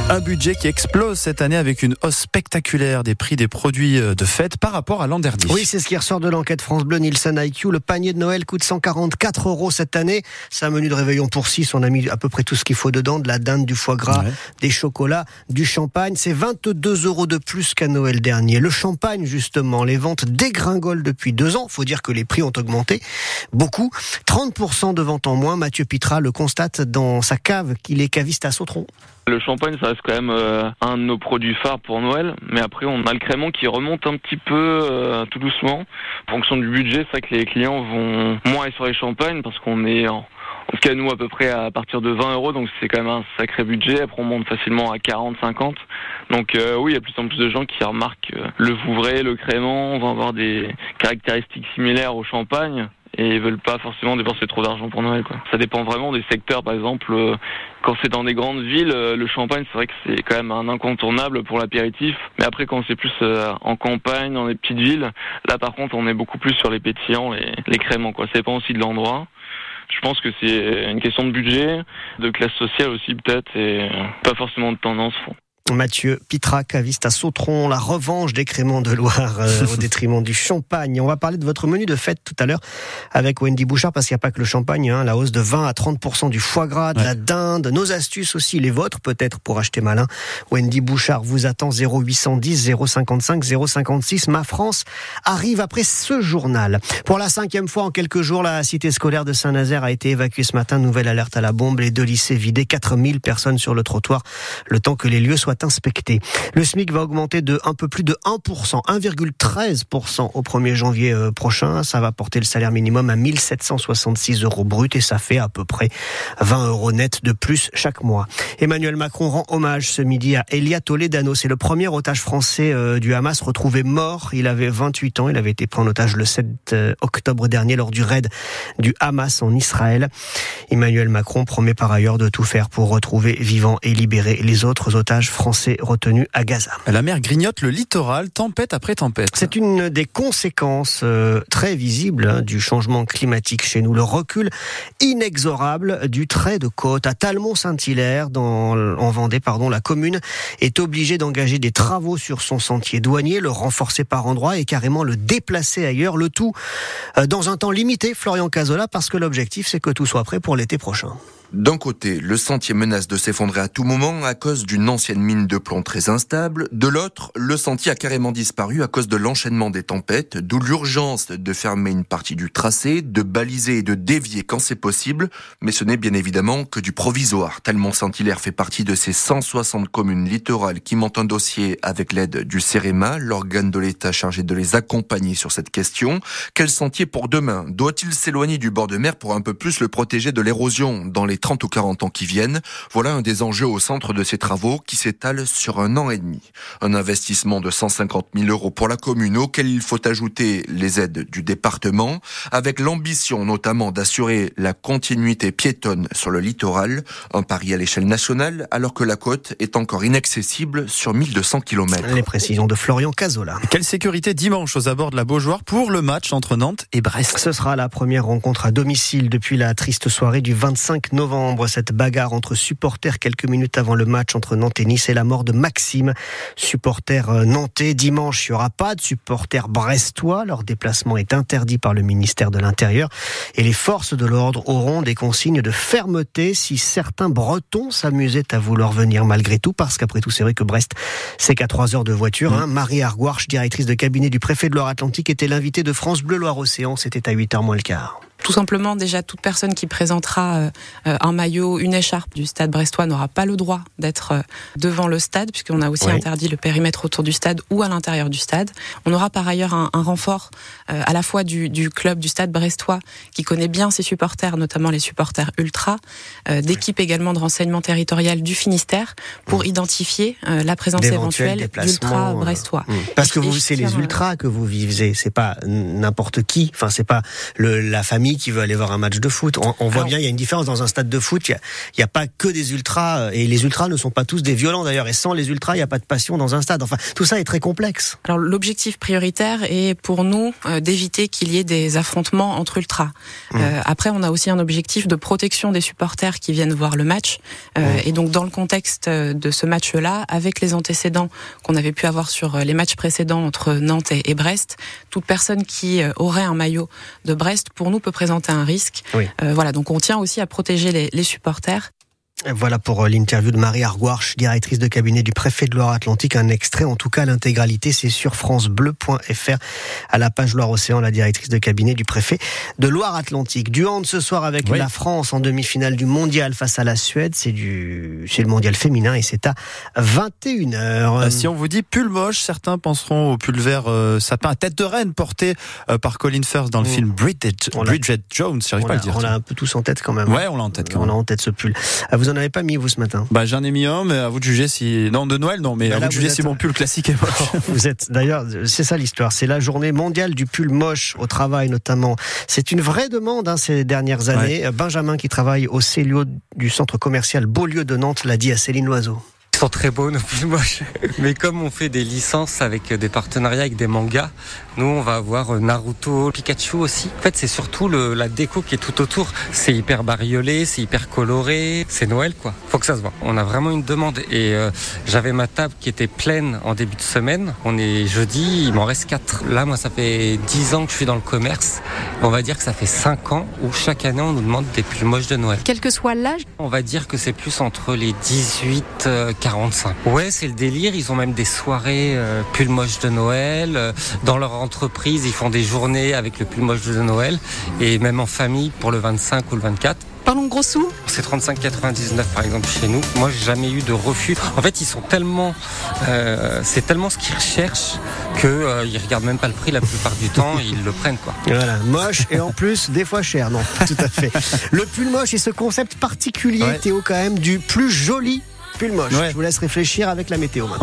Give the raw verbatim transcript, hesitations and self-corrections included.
Un budget qui explose cette année avec une hausse spectaculaire des prix des produits de fête par rapport à l'an dernier. Oui, c'est ce qui ressort de l'enquête France Bleu Nielsen I Q. Le panier de Noël coûte cent quarante-quatre euros cette année. C'est un menu de réveillon pour six. On a mis à peu près tout ce qu'il faut dedans. De la dinde, du foie gras, ouais. des chocolats, du champagne. C'est vingt-deux euros de plus qu'à Noël dernier. Le champagne, justement, les ventes dégringolent depuis deux ans. Faut dire que les prix ont augmenté beaucoup. trente pour cent de ventes en moins. Mathieu Pitra le constate dans sa cave qu'il est caviste à Sautron. Le champagne, ça reste quand même euh, un de nos produits phares pour Noël. Mais après, on a le crément qui remonte un petit peu euh, tout doucement. En fonction du budget, c'est vrai que les clients vont moins aller sur les champagnes parce qu'on est, en, en tout cas nous, à peu près à partir de vingt euros. Donc c'est quand même un sacré budget. Après, on monte facilement à quarante, cinquante. Donc euh, oui, il y a de plus en plus de gens qui remarquent euh, le Vouvray, le crément vont avoir des caractéristiques similaires au champagne. Et ils veulent pas forcément dépenser trop d'argent pour Noël, quoi. Ça dépend vraiment des secteurs. Par exemple, euh, quand c'est dans des grandes villes, euh, le champagne, c'est vrai que c'est quand même un incontournable pour l'apéritif. Mais après, quand c'est plus euh, en campagne, dans les petites villes, là, par contre, on est beaucoup plus sur les pétillants, les, les créments, quoi. Ça dépend aussi de l'endroit. Je pense que c'est une question de budget, de classe sociale aussi peut-être, et pas forcément de tendance. Mathieu Pitra, caviste à Sautron, la revanche des créments de Loire euh, au détriment du champagne. On va parler de votre menu de fête tout à l'heure avec Wendy Bouchard, parce qu'il n'y a pas que le champagne, hein, la hausse de vingt à trente pour cent du foie gras, de ouais. la dinde, nos astuces aussi, les vôtres peut-être pour acheter malin. Wendy Bouchard vous attend zéro huit cent dix, zéro cinquante-cinq, zéro cinquante-six. Ma France arrive après ce journal. Pour la cinquième fois en quelques jours, la cité scolaire de Saint-Nazaire a été évacuée ce matin. Nouvelle alerte à la bombe, les deux lycées vidés, quatre mille personnes sur le trottoir, le temps que les lieux soient inspecté. Le SMIC va augmenter de un peu plus de un pour cent, un virgule treize pour cent au premier janvier prochain. Ça va porter le salaire minimum à mille sept cent soixante-six euros brut et ça fait à peu près vingt euros net de plus chaque mois. Emmanuel Macron rend hommage ce midi à Elia Toledano. C'est le premier otage français du Hamas retrouvé mort. Il avait vingt-huit ans. Il avait été pris en otage le sept octobre dernier lors du raid du Hamas en Israël. Emmanuel Macron promet par ailleurs de tout faire pour retrouver vivants et libérer les autres otages français retenu à Gaza. La mer grignote le littoral, tempête après tempête. C'est une des conséquences euh, très visibles hein, du changement climatique chez nous. Le recul inexorable du trait de côte à Talmont-Saint-Hilaire, dans, en Vendée, pardon, la commune est obligée d'engager des travaux sur son sentier douanier, le renforcer par endroits et carrément le déplacer ailleurs. Le tout euh, dans un temps limité, Florian Cazola, parce que l'objectif c'est que tout soit prêt pour l'été prochain. D'un côté, le sentier menace de s'effondrer à tout moment à cause d'une ancienne mine de plomb très instable. De l'autre, le sentier a carrément disparu à cause de l'enchaînement des tempêtes, d'où l'urgence de fermer une partie du tracé, de baliser et de dévier quand c'est possible. Mais ce n'est bien évidemment que du provisoire. Talmont-Saint-Hilaire fait partie de ces cent soixante communes littorales qui montent un dossier avec l'aide du CEREMA, l'organe de l'État chargé de les accompagner sur cette question. Quel sentier pour demain ? Doit-il s'éloigner du bord de mer pour un peu plus le protéger de l'érosion dans les trente ou quarante ans qui viennent? Voilà un des enjeux au centre de ces travaux qui s'étalent sur un an et demi. Un investissement de cent cinquante mille euros pour la commune auquel il faut ajouter les aides du département, avec l'ambition notamment d'assurer la continuité piétonne sur le littoral, un pari à l'échelle nationale alors que la côte est encore inaccessible sur mille deux cents kilomètres. Les précisions de Florian Cazola. Quelle sécurité dimanche aux abords de la Beaujoire pour le match entre Nantes et Brest. Ce sera la première rencontre à domicile depuis la triste soirée du vingt-cinq novembre. Cette bagarre entre supporters quelques minutes avant le match entre Nantes et Nice et la mort de Maxime, supporter nantais. Dimanche, il n'y aura pas de supporters brestois. Leur déplacement est interdit par le ministère de l'Intérieur et les forces de l'ordre auront des consignes de fermeté si certains Bretons s'amusaient à vouloir venir malgré tout, parce qu'après tout, c'est vrai que Brest, c'est qu'à trois heures de voiture. Hein. Marie Argouarche, directrice de cabinet du préfet de Loire-Atlantique, était l'invitée de France Bleu Loire-Océan. C'était à huit heures moins le quart. Tout simplement, déjà, toute personne qui présentera euh, un maillot, une écharpe du stade brestois n'aura pas le droit d'être euh, devant le stade, puisqu'on a aussi oui. interdit le périmètre autour du stade ou à l'intérieur du stade. On aura par ailleurs un, un renfort euh, à la fois du, du club du stade brestois, qui connaît bien ses supporters, notamment les supporters ultra, euh, d'équipe oui. également de renseignement territorial du Finistère, pour mmh. identifier euh, la présence éventuelle d'ultra brestois. Mmh. Parce que vous, c'est les ultras que vous visez, c'est pas n'importe qui, enfin c'est pas le, la famille famille qui veut aller voir un match de foot. On, on voit Alors, bien, il y a une différence dans un stade de foot. Il n'y a, a pas que des ultras, et les ultras ne sont pas tous des violents d'ailleurs. Et sans les ultras, il n'y a pas de passion dans un stade. Enfin, tout ça est très complexe. Alors l'objectif prioritaire est pour nous euh, d'éviter qu'il y ait des affrontements entre ultras. Mmh. Euh, après, on a aussi un objectif de protection des supporters qui viennent voir le match. Euh, mmh. Et donc dans le contexte de ce match-là, avec les antécédents qu'on avait pu avoir sur les matchs précédents entre Nantes et, et Brest, toute personne qui euh, aurait un maillot de Brest, pour nous, peut présenter un risque. Oui. Euh, voilà, donc on tient aussi à protéger les, les supporters. Voilà pour l'interview de Marie Argouarch, directrice de cabinet du préfet de Loire-Atlantique. Un extrait, en tout cas l'intégralité, c'est sur francebleu point f r à la page Loire-Océan, la directrice de cabinet du préfet de Loire-Atlantique. Du hand ce soir avec oui. la France en demi-finale du mondial face à la Suède. C'est du, c'est le mondial féminin et c'est à vingt et une heures. Euh, si on vous dit pull moche, certains penseront au pull vert euh, sapin à tête de reine porté euh, par Colin Firth dans le mmh. film Bridget, Bridget Jones. J'arrive pas à le dire. On l'a un peu tous en tête quand même. Ouais, on l'a en tête quand même. On l'a en tête ce pull. Vous en avez pas mis vous ce matin? Bah j'en ai mis un, mais à vous de juger si non de Noël non, mais bah à là, vous de juger vous êtes... si mon pull classique est moche. Vous êtes d'ailleurs, c'est ça l'histoire, c'est la journée mondiale du pull moche au travail notamment. C'est une vraie demande hein, ces dernières années. Ouais. Benjamin qui travaille au Célio du centre commercial Beaulieu de Nantes l'a dit à Céline Loiseau. Ils sont très beaux nos pulls moches. Mais comme on fait des licences avec des partenariats avec des mangas, nous on va avoir Naruto, Pikachu aussi. En fait c'est surtout le, la déco qui est tout autour. C'est hyper bariolé, c'est hyper coloré, c'est Noël quoi. Faut que ça se voit. On a vraiment une demande et euh, j'avais ma table qui était pleine en début de semaine. On est jeudi, il m'en reste quatre. Là moi ça fait dix ans que je suis dans le commerce. On va dire que ça fait cinq ans où chaque année on nous demande des pulls moches de Noël. Quel que soit l'âge, on va dire que c'est plus entre les dix-huit et quarante-cinq. Ouais, c'est le délire. Ils ont même des soirées euh, pull moche de Noël. Euh, dans leur entreprise, ils font des journées avec le pull moche de Noël. Et même en famille pour le vingt-cinq ou le vingt-quatre. Parlons gros sous. C'est trente-cinq quatre-vingt-dix-neuf par exemple chez nous. Moi, j'ai jamais eu de refus. En fait, ils sont tellement, euh, c'est tellement ce qu'ils recherchent que euh, ils regardent même pas le prix la plupart du temps. Ils le prennent quoi. Voilà, moche et en plus des fois cher. Non, tout à fait. Le pull moche et ce concept particulier, ouais. Théo, quand même, du plus joli pull moche. Ouais. Je vous laisse réfléchir avec la météo maintenant.